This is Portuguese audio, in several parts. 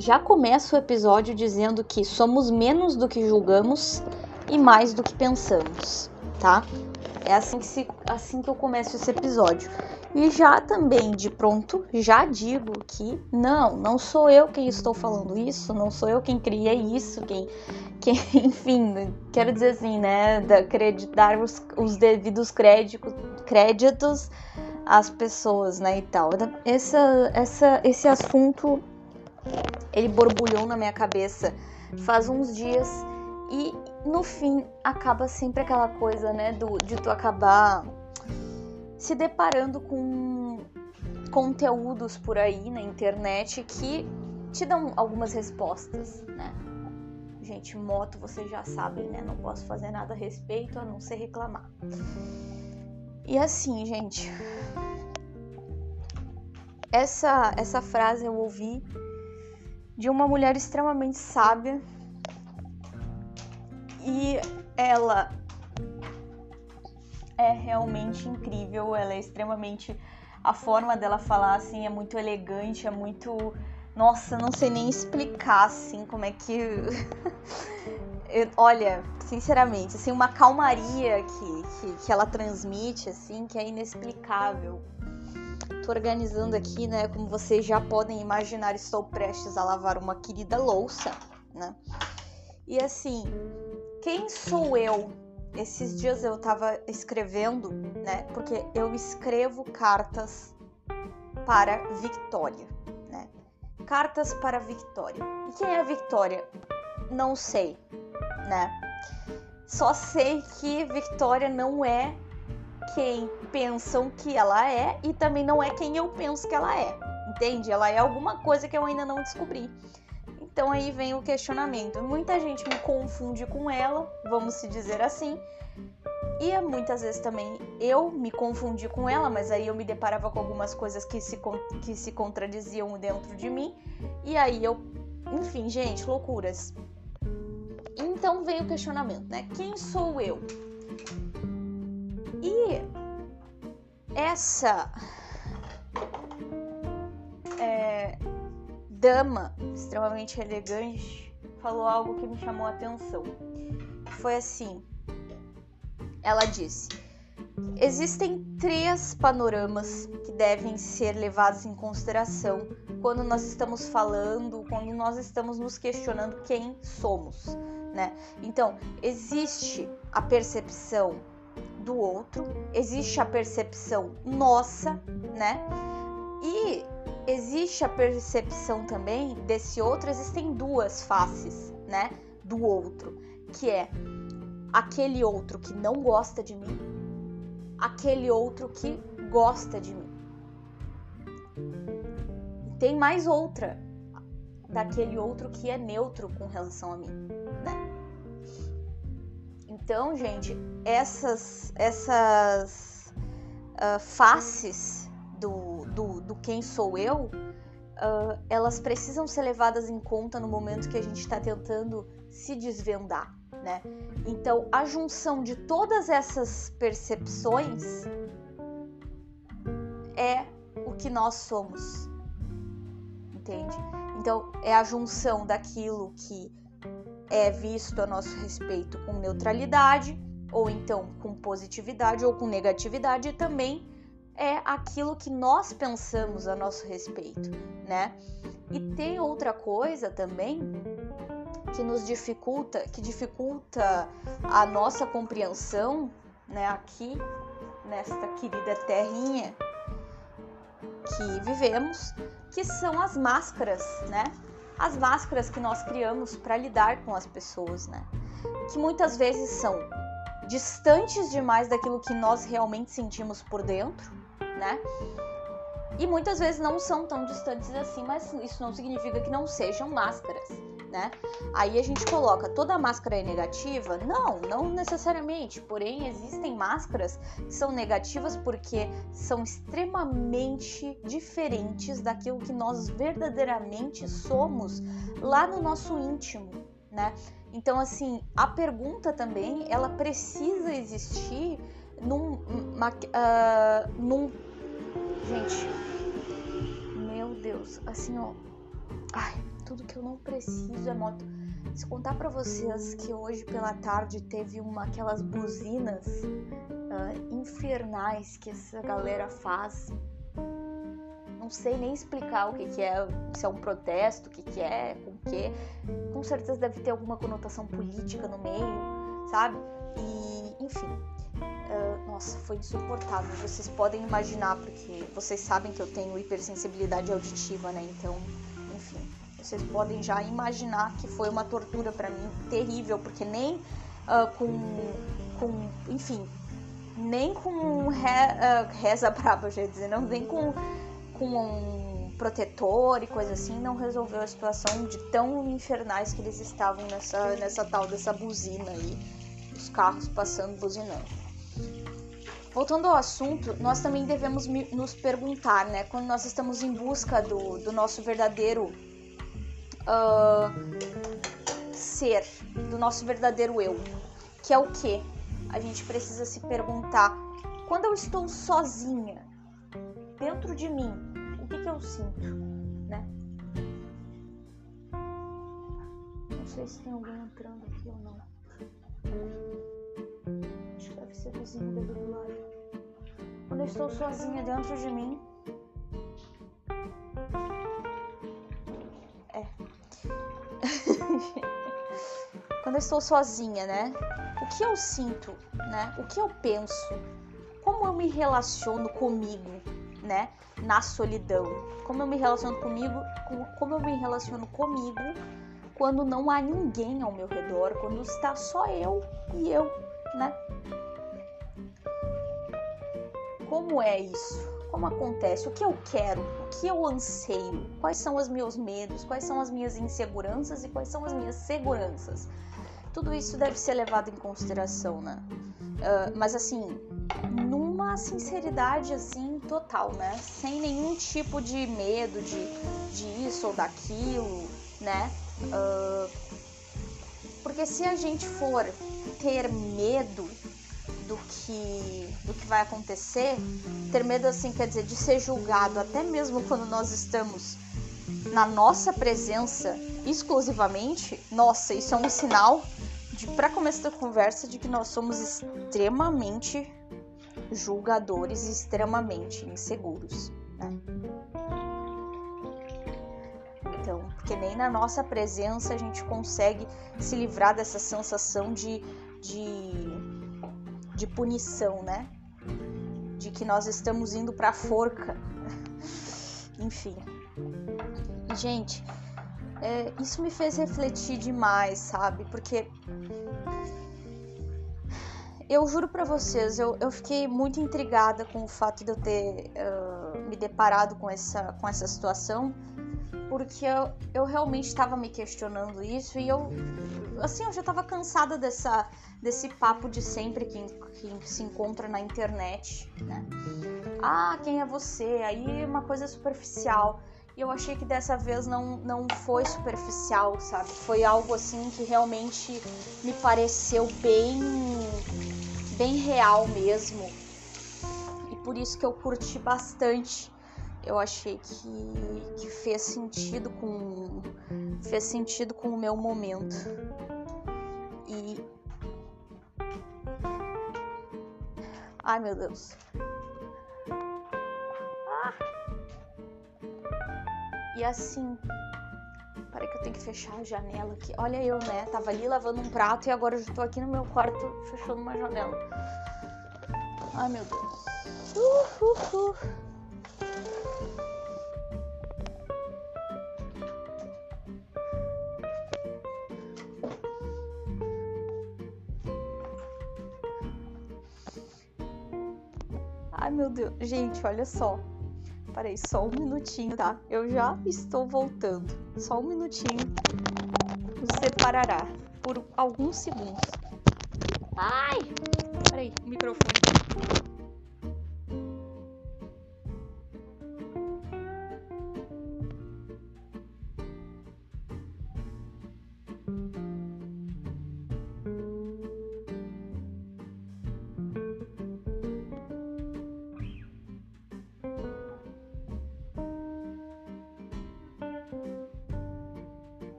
já começo o episódio dizendo que somos menos do que julgamos e mais do que pensamos, tá? É assim que eu começo esse episódio. E já também, de pronto, já digo que não sou eu quem estou falando isso, não sou eu quem criei isso, quem enfim, quero dizer assim, né, dar os devidos créditos às pessoas, né, e tal. Esse assunto, ele borbulhou na minha cabeça faz uns dias e, no fim, acaba sempre aquela coisa, né, de tu acabar se deparando com conteúdos por aí na internet que te dão algumas respostas, né? Gente, moto, vocês já sabem, né? Não posso fazer nada a respeito a não ser reclamar. E assim, gente, essa frase eu ouvi de uma mulher extremamente sábia e ela é realmente incrível, ela é extremamente... A forma dela falar, assim, é muito elegante, é muito... Nossa, não sei nem explicar, assim, como é que... Olha, sinceramente, assim, uma calmaria que ela transmite, assim, que é inexplicável. Tô organizando aqui, né, como vocês já podem imaginar, estou prestes a lavar uma querida louça, né? E assim, quem sou eu? Esses dias eu tava escrevendo, né? Porque eu escrevo cartas para Victoria, né? Cartas para Victoria. E quem é a Victoria? Não sei, né? Só sei que Victoria não é quem pensam que ela é e também não é quem eu penso que ela é, entende? Ela é alguma coisa que eu ainda não descobri. Então aí vem o questionamento. Muita gente me confunde com ela, vamos se dizer assim. E muitas vezes também eu me confundi com ela, mas aí eu me deparava com algumas coisas que se contradiziam dentro de mim. E aí eu... Enfim, gente, loucuras. Então vem o questionamento, né? Quem sou eu? E essa... dama extremamente elegante falou algo que me chamou a atenção. Foi assim, ela disse: existem 3 panoramas que devem ser levados em consideração quando nós estamos falando, quando nós estamos nos questionando quem somos, né? Então, existe a percepção do outro, existe a percepção nossa, né? E existe a percepção também desse outro, existem 2 faces, né, do outro, que é aquele outro que não gosta de mim, aquele outro que gosta de mim. Tem mais outra, daquele outro que é neutro com relação a mim, né? Então, gente, essas faces do quem sou eu, elas precisam ser levadas em conta no momento que a gente está tentando se desvendar, né? Então, a junção de todas essas percepções é o que nós somos, entende? Então, é a junção daquilo que é visto a nosso respeito com neutralidade, ou então com positividade ou com negatividade, e também é aquilo que nós pensamos a nosso respeito, né? E tem outra coisa também que nos dificulta a nossa compreensão, né, aqui nesta querida terrinha que vivemos, que são as máscaras, né? As máscaras que nós criamos para lidar com as pessoas, né? Que muitas vezes são distantes demais daquilo que nós realmente sentimos por dentro, né? E muitas vezes não são tão distantes assim, mas isso não significa que não sejam máscaras, né? Aí a gente coloca, toda máscara é negativa? Não necessariamente, porém existem máscaras que são negativas porque são extremamente diferentes daquilo que nós verdadeiramente somos lá no nosso íntimo, né? Então, assim, a pergunta também, ela precisa existir Gente, meu Deus, assim, ó, Ai, tudo que eu não preciso é moto. Se contar pra vocês que hoje pela tarde teve aquelas buzinas infernais que essa galera faz. Não sei nem explicar o que é, se é um protesto, o que é, com o quê. Com certeza deve ter alguma conotação política no meio, sabe? E, enfim, nossa, foi insuportável. Vocês podem imaginar, porque vocês sabem que eu tenho hipersensibilidade auditiva, né? Então, enfim, vocês podem já imaginar que foi uma tortura pra mim terrível, porque nem enfim, nem com reza brava, eu ia dizer, não, nem com um protetor e coisa assim, não resolveu a situação de tão infernais que eles estavam nessa tal dessa buzina aí, os carros passando buzinando. Voltando ao assunto, nós também devemos nos perguntar, né, quando nós estamos em busca do nosso verdadeiro ser, do nosso verdadeiro eu, que é o quê? A gente precisa se perguntar, quando eu estou sozinha, dentro de mim, o que eu sinto, né? Não sei se tem alguém entrando aqui ou não. Acho que deve ser vizinho daqui do lado. Quando eu estou sozinha dentro de mim, quando eu estou sozinha, né? O que eu sinto, né? O que eu penso? Como eu me relaciono comigo, né? Na solidão. Como eu me relaciono comigo? Como eu me relaciono comigo quando não há ninguém ao meu redor, quando está só eu e eu, né? Como é isso? Como acontece? O que eu quero? O que eu anseio? Quais são os meus medos? Quais são as minhas inseguranças e quais são as minhas seguranças? Tudo isso deve ser levado em consideração, né? Mas assim, numa sinceridade assim total, né? Sem nenhum tipo de medo de isso ou daquilo, né? Porque se a gente for ter medo do que vai acontecer, ter medo assim quer dizer de ser julgado, até mesmo quando nós estamos na nossa presença exclusivamente, nossa, isso é um sinal para começo da conversa de que nós somos extremamente julgadores e extremamente inseguros, né? Então, porque nem na nossa presença a gente consegue se livrar dessa sensação de punição, né? De que nós estamos indo pra forca. Enfim. E, gente, isso me fez refletir demais, sabe? Porque eu juro pra vocês, eu fiquei muito intrigada com o fato de eu ter me deparado com essa situação, porque eu realmente estava me questionando isso e eu já estava cansada desse papo de sempre que se encontra na internet, né? Ah, quem é você? Aí uma coisa superficial. E eu achei que dessa vez não foi superficial, sabe? Foi algo assim que realmente me pareceu bem real mesmo. E por isso que eu curti bastante. Eu achei que fez sentido com o meu momento. E ai, meu Deus. E assim, peraí que eu tenho que fechar a janela aqui. Olha eu, né? Tava ali lavando um prato e agora eu já tô aqui no meu quarto fechando uma janela. Ai, meu Deus. Ai, meu Deus. Gente, olha só. Peraí, só um minutinho, tá? Eu já estou voltando. Só um minutinho. Você parará por alguns segundos. Ai! Peraí, o microfone.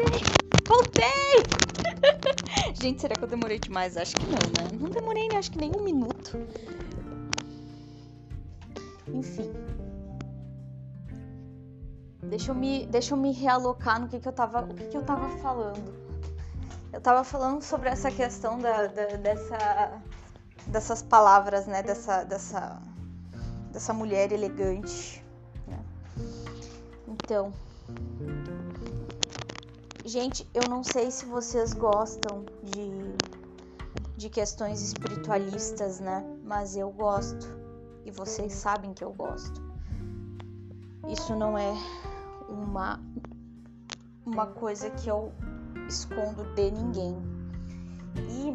Voltei! Gente, será que eu demorei demais? Acho que não, né? Não demorei, né? Acho que nem 1 minuto. Enfim. Deixa eu me realocar no que eu tava falando. Eu tava falando sobre essa questão dessas palavras, né? Dessa mulher elegante, né? Então, gente, eu não sei se vocês gostam de questões espiritualistas, né? Mas eu gosto. E vocês sabem que eu gosto. Isso não é uma coisa que eu escondo de ninguém. E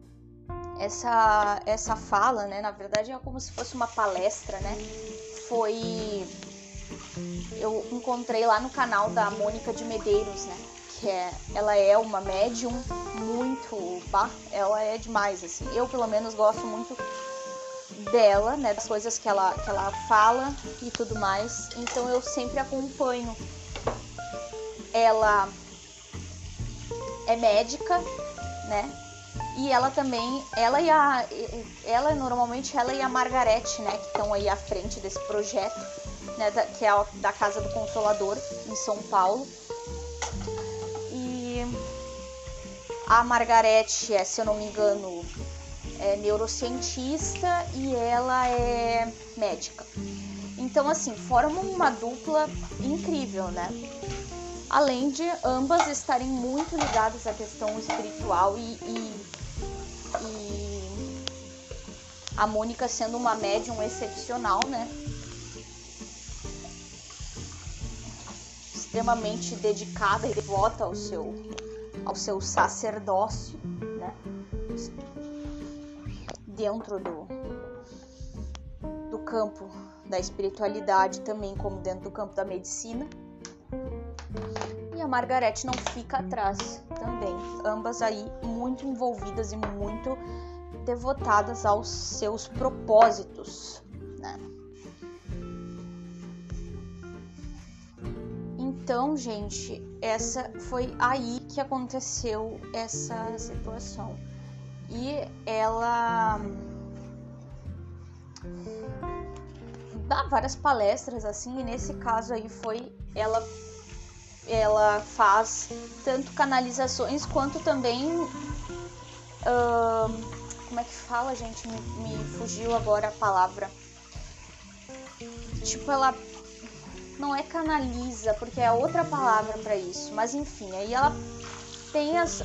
essa fala, né? Na verdade é como se fosse uma palestra, né? Eu encontrei lá no canal da Mônica de Medeiros, né? Ela é uma médium muito... ela é demais, assim. Eu, pelo menos, gosto muito dela, né, das coisas que ela fala e tudo mais, então eu sempre acompanho. Ela é médica, né, e ela também, normalmente ela e a Margarete, né, que estão aí à frente desse projeto, né, que é da Casa do Consolador, em São Paulo. E a Margarete se eu não me engano, é neurocientista e ela é médica. Então, assim, formam uma dupla incrível, né? Além de ambas estarem muito ligadas à questão espiritual e a Mônica sendo uma médium excepcional, né? Extremamente dedicada e devota ao seu sacerdócio, né? Dentro do campo da espiritualidade, também como dentro do campo da medicina. E a Margarete não fica atrás também. Ambas aí muito envolvidas e muito devotadas aos seus propósitos, né? Então, gente, essa foi aí que aconteceu essa situação. E ela dá várias palestras assim, e nesse caso aí ela faz tanto canalizações quanto também como é que fala, gente? Me fugiu agora a palavra. Tipo, ela não é canaliza, porque é outra palavra para isso, mas enfim, aí ela tem as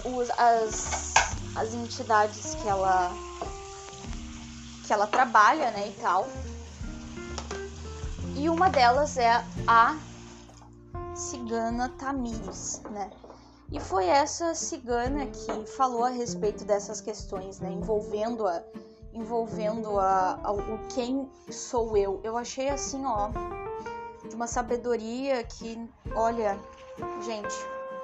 entidades que ela trabalha, né, e tal. E uma delas é a cigana Tamires, né? E foi essa cigana que falou a respeito dessas questões, né, envolvendo o quem sou eu. Eu achei assim, ó, de uma sabedoria que, olha, gente,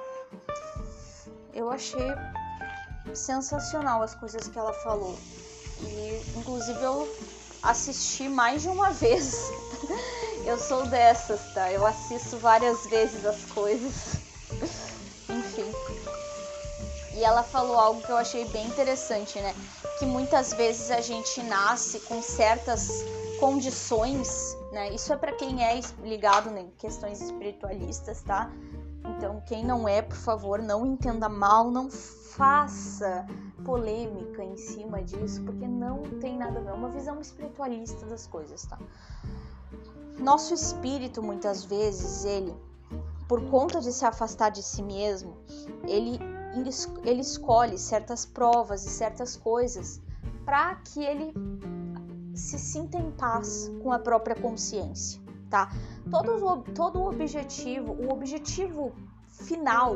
eu achei sensacional as coisas que ela falou. E inclusive eu assisti mais de uma vez. Eu sou dessas, tá? Eu assisto várias vezes as coisas. Enfim. E ela falou algo que eu achei bem interessante, né? Que muitas vezes a gente nasce com certas condições, né? Isso é para quem é ligado em questões espiritualistas, tá? Então, quem não é, por favor, não entenda mal, não faça polêmica em cima disso, porque não tem nada a ver, é uma visão espiritualista das coisas, tá? Nosso espírito, muitas vezes, ele, por conta de se afastar de si mesmo, ele escolhe certas provas e certas coisas para que ele se sinta em paz com a própria consciência, tá? Todo o objetivo final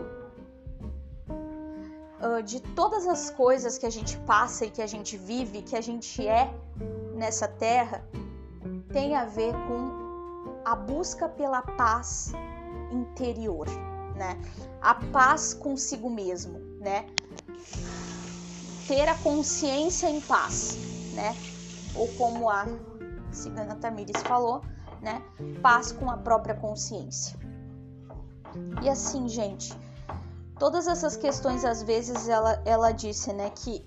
de todas as coisas que a gente passa e que a gente vive, que a gente é nessa terra, tem a ver com a busca pela paz interior, né? A paz consigo mesmo, né? Ter a consciência em paz, né? Ou como a cigana Tamires falou, né? Paz com a própria consciência. E assim, gente, todas essas questões, às vezes, ela disse, né, que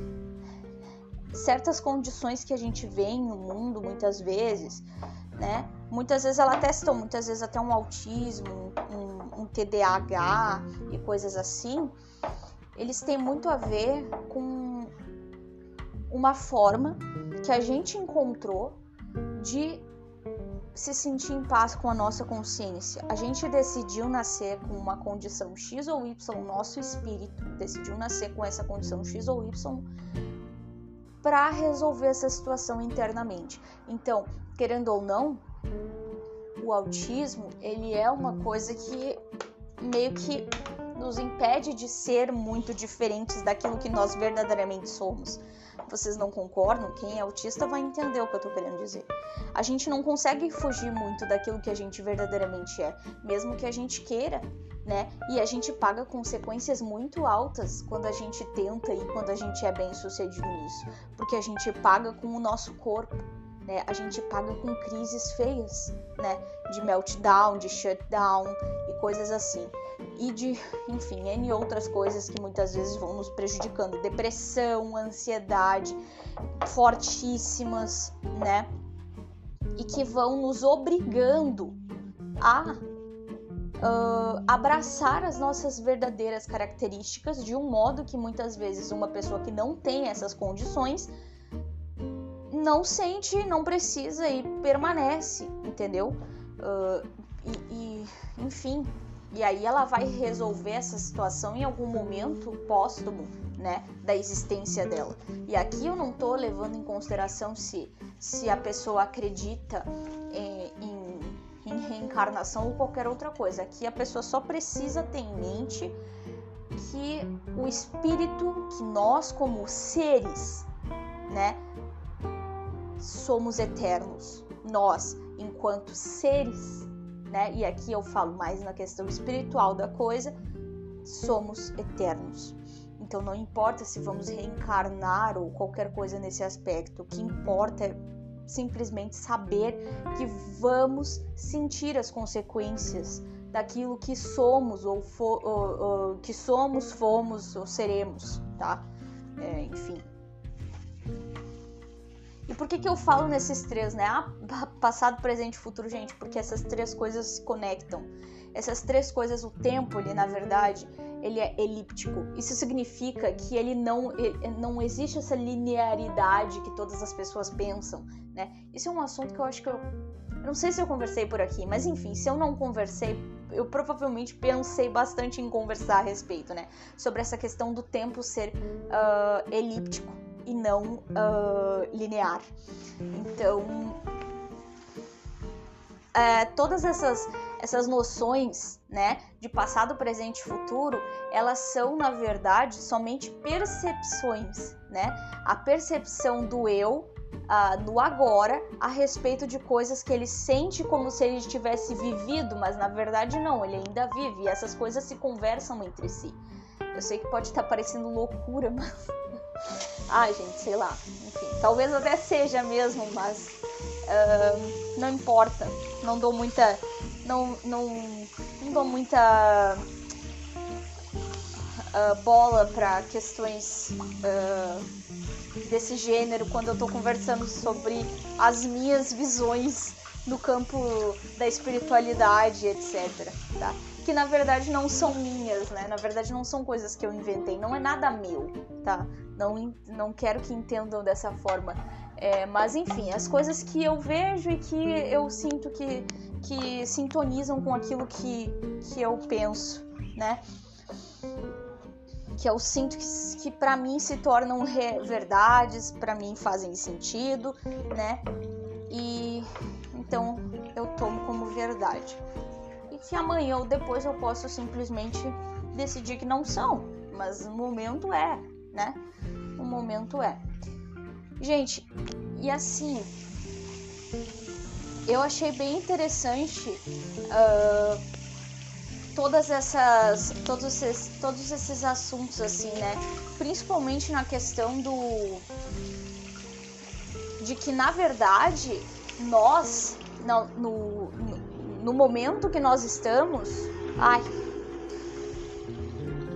certas condições que a gente vê no mundo, muitas vezes, né, muitas vezes ela testou, muitas vezes até um autismo, um TDAH e coisas assim, eles têm muito a ver com uma forma que a gente encontrou de se sentir em paz com a nossa consciência. A gente decidiu nascer com uma condição X ou Y, nosso espírito decidiu nascer com essa condição X ou Y para resolver essa situação internamente. Então, querendo ou não, o autismo, ele é uma coisa que meio que nos impede de ser muito diferentes daquilo que nós verdadeiramente somos. Vocês não concordam? Quem é autista vai entender o que eu tô querendo dizer. A gente não consegue fugir muito daquilo que a gente verdadeiramente é, mesmo que a gente queira, né? E a gente paga consequências muito altas quando a gente tenta e quando a gente é bem sucedido nisso, porque a gente paga com o nosso corpo, né? A gente paga com crises feias, né? De meltdown, de shutdown e coisas assim. E de, enfim, N outras coisas que muitas vezes vão nos prejudicando. Depressão, ansiedade, fortíssimas, né? E que vão nos obrigando a abraçar as nossas verdadeiras características de um modo que muitas vezes uma pessoa que não tem essas condições não sente, não precisa e permanece, entendeu? Enfim, e aí ela vai resolver essa situação em algum momento póstumo, né, da existência dela. E aqui eu não tô levando em consideração se a pessoa acredita em reencarnação ou qualquer outra coisa. Aqui a pessoa só precisa ter em mente que o espírito, que nós como seres, né, somos eternos. Nós, enquanto seres, né, e aqui eu falo mais na questão espiritual da coisa, somos eternos. Então não importa se vamos reencarnar ou qualquer coisa nesse aspecto, o que importa é simplesmente saber que vamos sentir as consequências daquilo que somos que somos, fomos ou seremos, tá? Enfim. E por que eu falo nesses três, né? Passado, presente e futuro, gente? Porque essas três coisas se conectam. Essas três coisas, o tempo, ele, na verdade, ele é elíptico. Isso significa que ele não existe essa linearidade que todas as pessoas pensam, né? Isso é um assunto que eu acho que eu não sei se eu conversei por aqui, mas enfim, se eu não conversei, eu provavelmente pensei bastante em conversar a respeito, né? Sobre essa questão do tempo ser elíptico e não linear. Então, todas essas noções, né, de passado, presente e futuro, elas são, na verdade, somente percepções, né? A percepção do eu no agora a respeito de coisas que ele sente como se ele tivesse vivido, mas na verdade não, ele ainda vive, e essas coisas se conversam entre si. Eu sei que pode estar parecendo loucura, mas ai, gente, sei lá, enfim, talvez até seja mesmo, mas não importa, não dou muita bola para questões desse gênero quando eu tô conversando sobre as minhas visões no campo da espiritualidade, etc, tá? Que na verdade não são minhas, né? Na verdade não são coisas que eu inventei, não é nada meu, tá? Não quero que entendam dessa forma. Mas enfim, as coisas que eu vejo e que eu sinto que sintonizam com aquilo que eu penso, né? Que eu sinto que pra mim se tornam verdades, pra mim fazem sentido, né? E então eu tomo como verdade. E que amanhã ou depois eu posso simplesmente decidir que não são, mas o momento né? O momento Gente, e assim, eu achei bem interessante todos esses assuntos, assim, né? Principalmente na questão de que, na verdade, nós, no momento que nós estamos...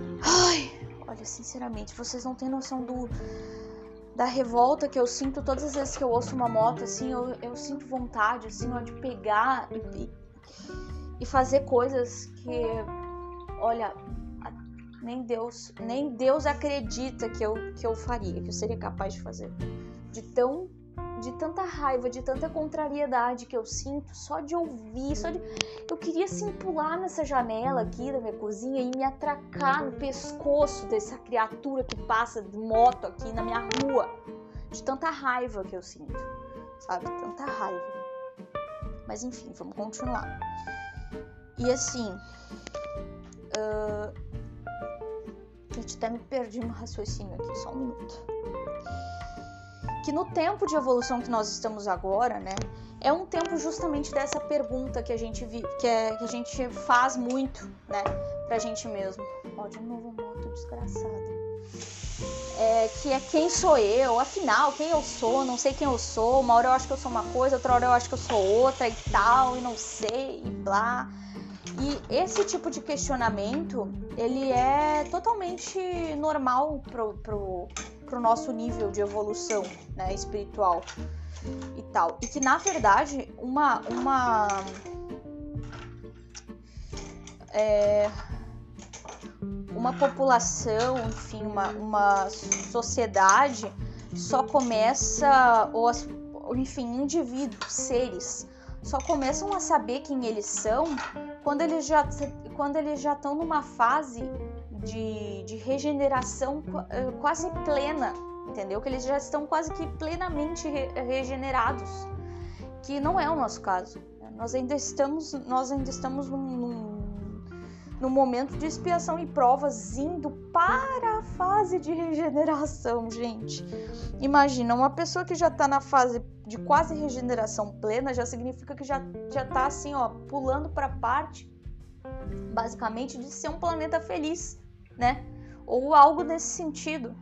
olha, sinceramente, vocês não têm noção da revolta que eu sinto todas as vezes que eu ouço uma moto, assim, eu sinto vontade, assim, ó, de pegar e fazer coisas que, olha, nem Deus acredita que eu faria, que eu seria capaz de fazer. De tanta raiva, de tanta contrariedade que eu sinto só de ouvir, eu queria assim pular nessa janela aqui da minha cozinha e me atracar no pescoço dessa criatura que passa de moto aqui na minha rua, de tanta raiva que eu sinto, sabe? Tanta raiva. Mas enfim, vamos continuar. E assim, gente, até me perdi no raciocínio aqui, só um minuto. Que no tempo de evolução que nós estamos agora, né, é um tempo justamente dessa pergunta que a gente que a gente faz muito, né, pra gente mesmo. Ó, de novo moto desgraçada. Que é quem sou eu, afinal, quem eu sou, não sei quem eu sou, uma hora eu acho que eu sou uma coisa, outra hora eu acho que eu sou outra e tal, e não sei, e blá. E esse tipo de questionamento, ele é totalmente normal pro nosso nível de evolução, né, espiritual e tal. E que, na verdade, uma população, enfim, uma sociedade só começa, enfim, indivíduos, seres, só começam a saber quem eles são quando eles já estão numa fase de regeneração quase plena, entendeu? Que eles já estão quase que plenamente regenerados, que não é o nosso caso. Nós ainda estamos num momento de expiação e provas, indo para a fase de regeneração, gente. Imagina, uma pessoa que já está na fase de quase regeneração plena, já significa que já está assim, ó, pulando para a parte, basicamente, de ser um planeta feliz, né? Ou algo nesse sentido.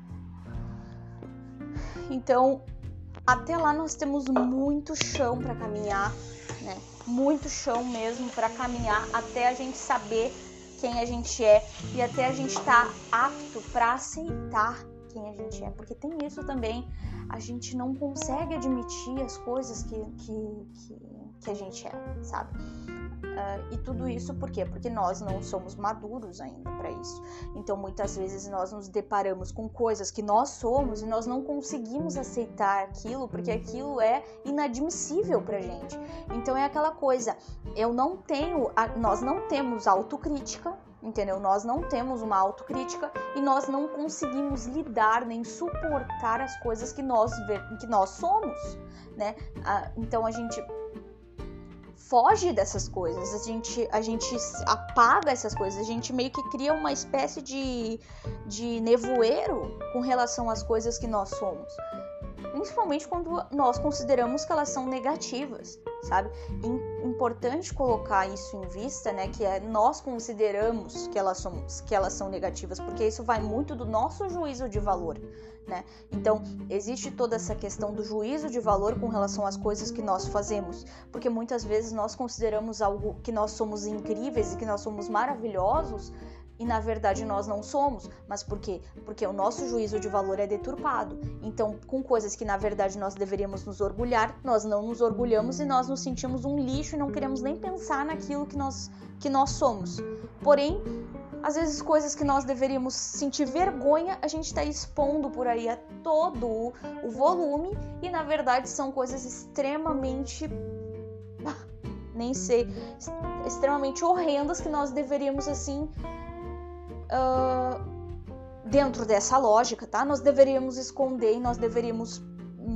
Então, até lá nós temos muito chão para caminhar, né? Muito chão mesmo para caminhar até a gente saber quem a gente é e até a gente estar apto para aceitar quem a gente é, porque tem isso também, a gente não consegue admitir as coisas que a gente é, sabe? E tudo isso por quê? Porque nós não somos maduros ainda para isso. Então muitas vezes nós nos deparamos com coisas que nós somos e nós não conseguimos aceitar aquilo porque aquilo é inadmissível pra gente. Então é aquela coisa, nós não temos autocrítica, entendeu? Nós não temos uma autocrítica e nós não conseguimos lidar nem suportar as coisas que nós somos, né? Então a gente foge dessas coisas, a gente apaga essas coisas, a gente meio que cria uma espécie de nevoeiro com relação às coisas que nós somos. Principalmente quando nós consideramos que elas são negativas, sabe? Importante colocar isso em vista, né? Que nós consideramos que elas são negativas, porque isso vai muito do nosso juízo de valor, né? Então, existe toda essa questão do juízo de valor com relação às coisas que nós fazemos, porque muitas vezes nós consideramos algo que nós somos incríveis e que nós somos maravilhosos, e na verdade nós não somos. Mas por quê? Porque o nosso juízo de valor é deturpado. Então, com coisas que na verdade nós deveríamos nos orgulhar, nós não nos orgulhamos e nós nos sentimos um lixo e não queremos nem pensar naquilo que nós somos. Porém, às vezes coisas que nós deveríamos sentir vergonha, a gente está expondo por aí a todo o volume e na verdade são coisas extremamente, nem sei, extremamente horrendas que nós deveríamos assim, dentro dessa lógica, tá? Nós deveríamos esconder e nós deveríamos,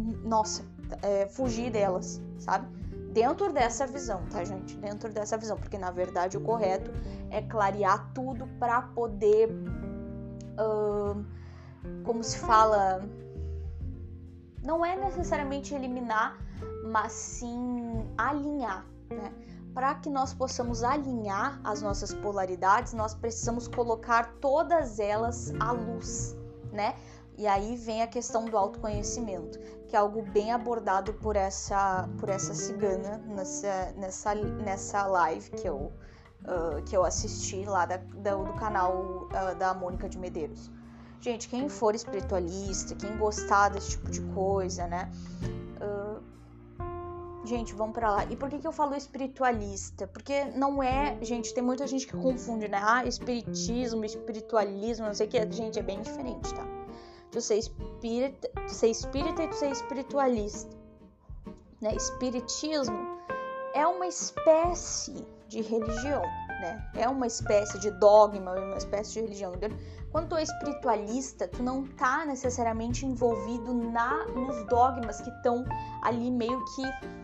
fugir delas, sabe? Dentro dessa visão, tá, gente? Dentro dessa visão, porque na verdade o correto é clarear tudo para poder, como se fala, não é necessariamente eliminar, mas sim alinhar, né? Para que nós possamos alinhar as nossas polaridades, nós precisamos colocar todas elas à luz, né? E aí vem a questão do autoconhecimento, que é algo bem abordado por essa cigana nessa live que eu assisti lá do canal da Mônica de Medeiros. Gente, quem for espiritualista, quem gostar desse tipo de coisa, né? Gente, vamos pra lá. E por que eu falo espiritualista? Porque não é... Gente, tem muita gente que confunde, né? Espiritismo, espiritualismo, não sei o que. Gente, é bem diferente, tá? Tu ser espírita e tu ser espiritualista, né? Espiritismo é uma espécie de religião, né? É uma espécie de dogma, uma espécie de religião. Quando tu é espiritualista, tu não tá necessariamente envolvido nos dogmas que estão ali meio que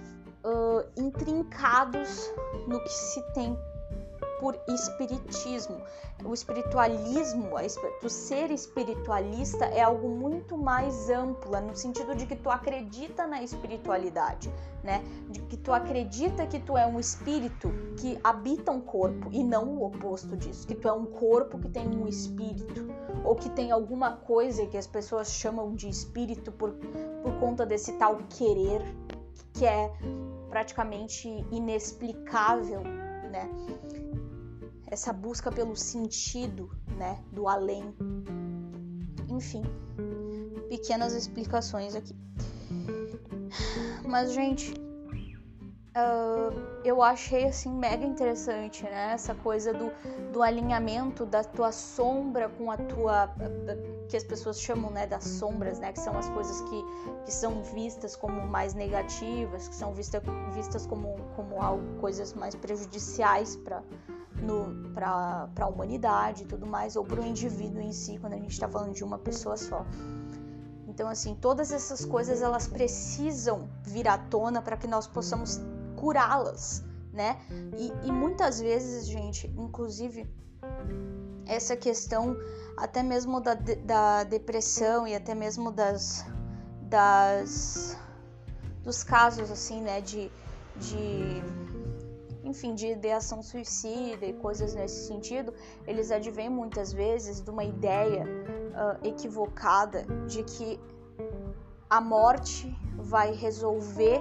intrincados no que se tem por espiritismo. O espiritualismo, tu ser espiritualista é algo muito mais amplo, no sentido de que tu acredita na espiritualidade, né? De que tu acredita que tu é um espírito que habita um corpo e não o oposto disso, que tu é um corpo que tem um espírito, ou que tem alguma coisa que as pessoas chamam de espírito por conta desse tal querer, que é praticamente inexplicável, né? Essa busca pelo sentido, né, do além. Enfim, pequenas explicações aqui. Mas, gente, eu achei, assim, mega interessante, né, essa coisa do alinhamento da tua sombra com a tua... que as pessoas chamam, né, das sombras, né, que são as coisas que são vistas como mais negativas, que são vistas como algo, coisas mais prejudiciais para a humanidade e tudo mais, ou para o indivíduo em si, quando a gente está falando de uma pessoa só. Então, assim, todas essas coisas, elas precisam vir à tona para que nós possamos curá-las, né? E muitas vezes, gente, inclusive, essa questão até mesmo da depressão e até mesmo dos casos, assim, né, enfim, de ideação suicida e coisas nesse sentido, eles advêm muitas vezes de uma ideia equivocada de que a morte vai resolver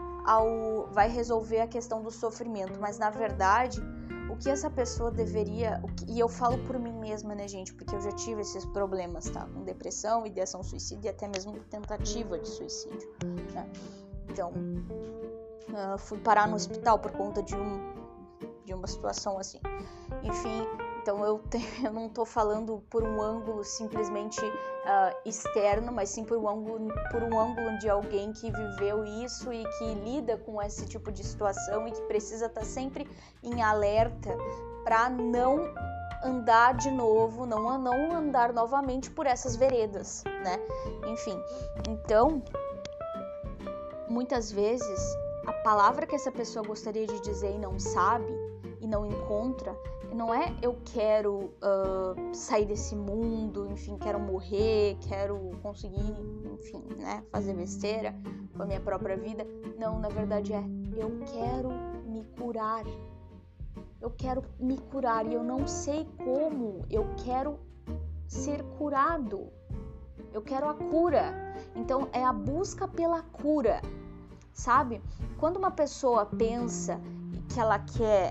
a questão do sofrimento, mas na verdade o que essa pessoa deveria, e eu falo por mim mesma, né, gente, porque eu já tive esses problemas, tá, com depressão, ideação suicida e até mesmo tentativa de suicídio, né? Então fui parar no hospital por conta de uma situação assim. Enfim, então eu não tô falando por um ângulo simplesmente externo, mas sim por um ângulo de alguém que viveu isso e que lida com esse tipo de situação e que precisa estar sempre em alerta para não andar de novo, não andar novamente por essas veredas, né? Enfim, então, muitas vezes a palavra que essa pessoa gostaria de dizer e não sabe e não encontra, não é eu quero sair desse mundo, enfim, quero morrer, quero conseguir, enfim, né, fazer besteira com a minha própria vida. Não, na verdade eu quero me curar. Eu quero me curar e eu não sei como, eu quero ser curado. Eu quero a cura. Então é a busca pela cura. Sabe? Quando uma pessoa pensa que ela quer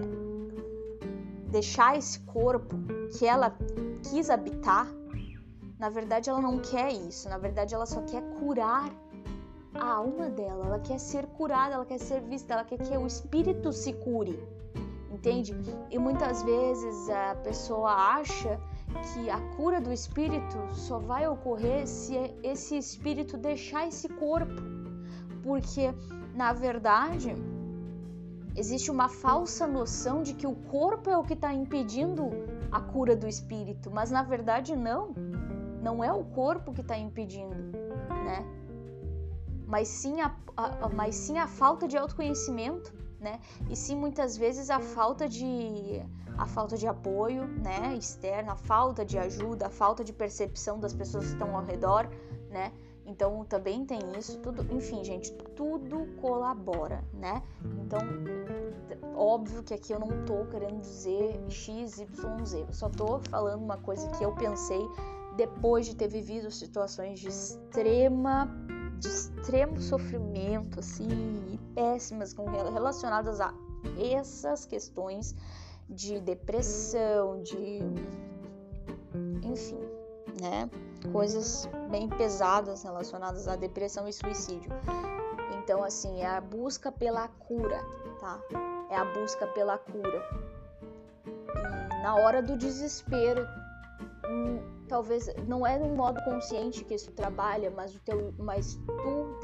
deixar esse corpo que ela quis habitar, na verdade ela não quer isso, na verdade ela só quer curar a alma dela, ela quer ser curada, ela quer ser vista, ela quer que o espírito se cure, entende? E muitas vezes a pessoa acha que a cura do espírito só vai ocorrer se esse espírito deixar esse corpo, porque na verdade existe uma falsa noção de que o corpo é o que está impedindo a cura do espírito, mas na verdade não é o corpo que está impedindo, né? Mas sim a falta de autoconhecimento, né? E sim muitas vezes a falta de apoio, né, externo, a falta de ajuda, a falta de percepção das pessoas que estão ao redor, né? Então também tem isso, tudo, enfim, gente, tudo colabora, né? Então, óbvio que aqui eu não tô querendo dizer X, Y, Z, eu só tô falando uma coisa que eu pensei depois de ter vivido situações de extremo sofrimento, assim, e péssimas relacionadas a essas questões de depressão, enfim, né? Coisas bem pesadas relacionadas à depressão e suicídio. Então, assim, é a busca pela cura, tá? É a busca pela cura. E na hora do desespero, talvez não é de um modo consciente que isso trabalha, mas tu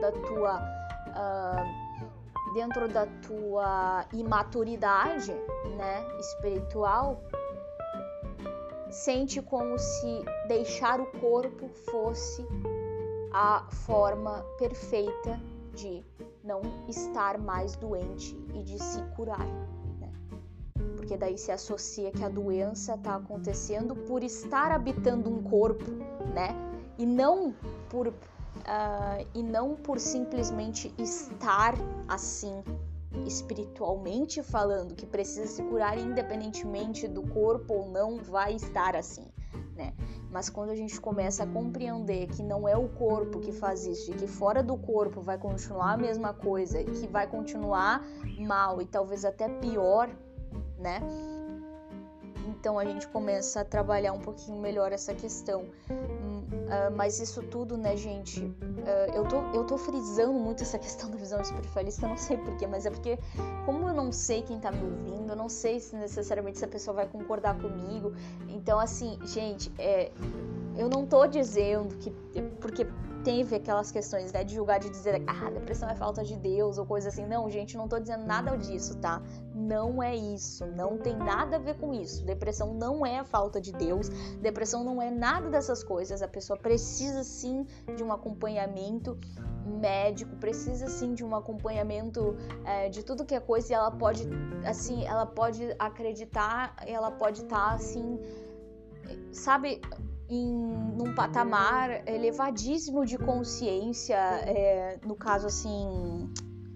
dentro da tua imaturidade, né, espiritual, sente como se deixar o corpo fosse a forma perfeita de não estar mais doente e de se curar, né? Porque daí se associa que a doença está acontecendo por estar habitando um corpo, né? E não por simplesmente estar assim, espiritualmente falando, que precisa se curar independentemente do corpo ou não vai estar assim, né? Mas quando a gente começa a compreender que não é o corpo que faz isso, e que fora do corpo vai continuar a mesma coisa, que vai continuar mal e talvez até pior, né? Então a gente começa a trabalhar um pouquinho melhor essa questão. Mas isso tudo, né, gente, eu tô frisando muito essa questão da visão espiritualista, eu não sei porquê, mas é porque, como eu não sei quem tá me ouvindo, eu não sei se necessariamente essa pessoa vai concordar comigo, então, assim, gente, eu não tô dizendo que, porque teve aquelas questões, né, de julgar, de dizer, depressão é falta de Deus, ou coisa assim. Não, gente, não tô dizendo nada disso, tá? Não é isso, não tem nada a ver com isso. Depressão não é falta de Deus, depressão não é nada dessas coisas. A pessoa precisa, sim, de um acompanhamento médico, precisa, sim, de um acompanhamento de tudo que é coisa, e ela pode, assim, ela pode acreditar, ela pode estar, assim, sabe, num patamar elevadíssimo de consciência, no caso, assim,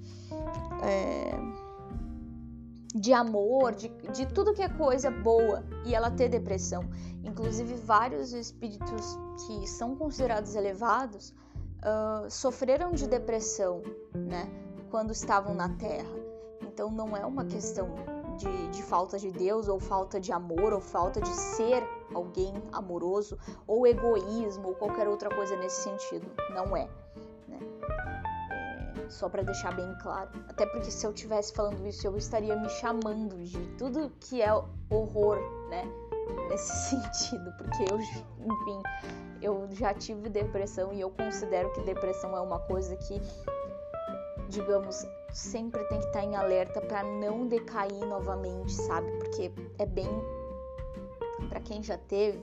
de amor, de tudo que é coisa boa, e ela ter depressão. Inclusive, vários espíritos que são considerados elevados sofreram de depressão, né, quando estavam na Terra. Então, não é uma questão de falta de Deus, ou falta de amor, ou falta de ser alguém amoroso, ou egoísmo, ou qualquer outra coisa nesse sentido. Não é, né? Só para deixar bem claro. Até porque se eu estivesse falando isso, eu estaria me chamando de tudo que é horror, né? Nesse sentido, porque eu já tive depressão, e eu considero que depressão é uma coisa que, digamos, sempre tem que estar em alerta para não decair novamente, sabe? Porque é bem, para quem já teve,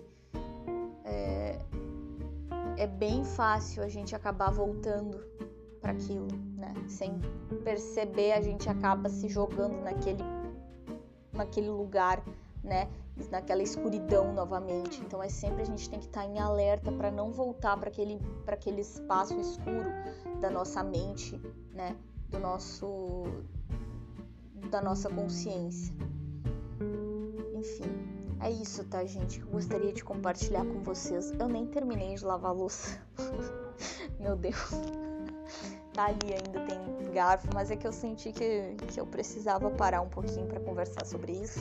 é bem fácil a gente acabar voltando para aquilo, né? Sem perceber, a gente acaba se jogando naquele lugar, né? Naquela escuridão novamente. Então a gente tem que estar em alerta para não voltar para aquele espaço escuro da nossa mente, né? Da nossa consciência. Enfim, é isso, tá, gente? Eu gostaria de compartilhar com vocês. Eu nem terminei de lavar a louça. Meu Deus. Tá ali, ainda tem garfo, mas é que eu senti que eu precisava parar um pouquinho para conversar sobre isso,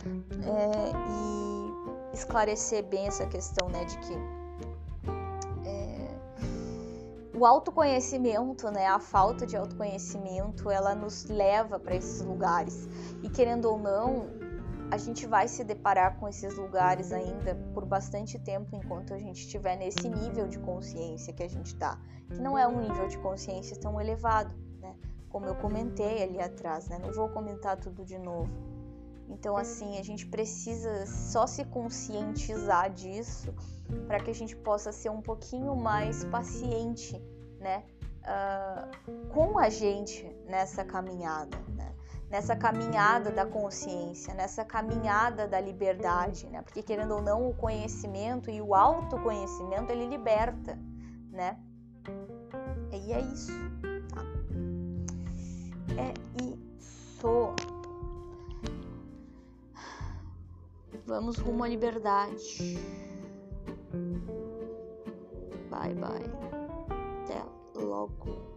e esclarecer bem essa questão, né, de que o autoconhecimento, né, a falta de autoconhecimento, ela nos leva para esses lugares, e querendo ou não, a gente vai se deparar com esses lugares ainda por bastante tempo, enquanto a gente estiver nesse nível de consciência que a gente tá, que não é um nível de consciência tão elevado, né, como eu comentei ali atrás, né, não vou comentar tudo de novo. Então, assim, a gente precisa só se conscientizar disso para que a gente possa ser um pouquinho mais paciente, né, com a gente nessa caminhada, né, nessa caminhada da consciência, nessa caminhada da liberdade, né, porque, querendo ou não, o conhecimento e o autoconhecimento, ele liberta, né, e é isso, tá? É isso. Vamos rumo à liberdade. Bye, bye. Até logo.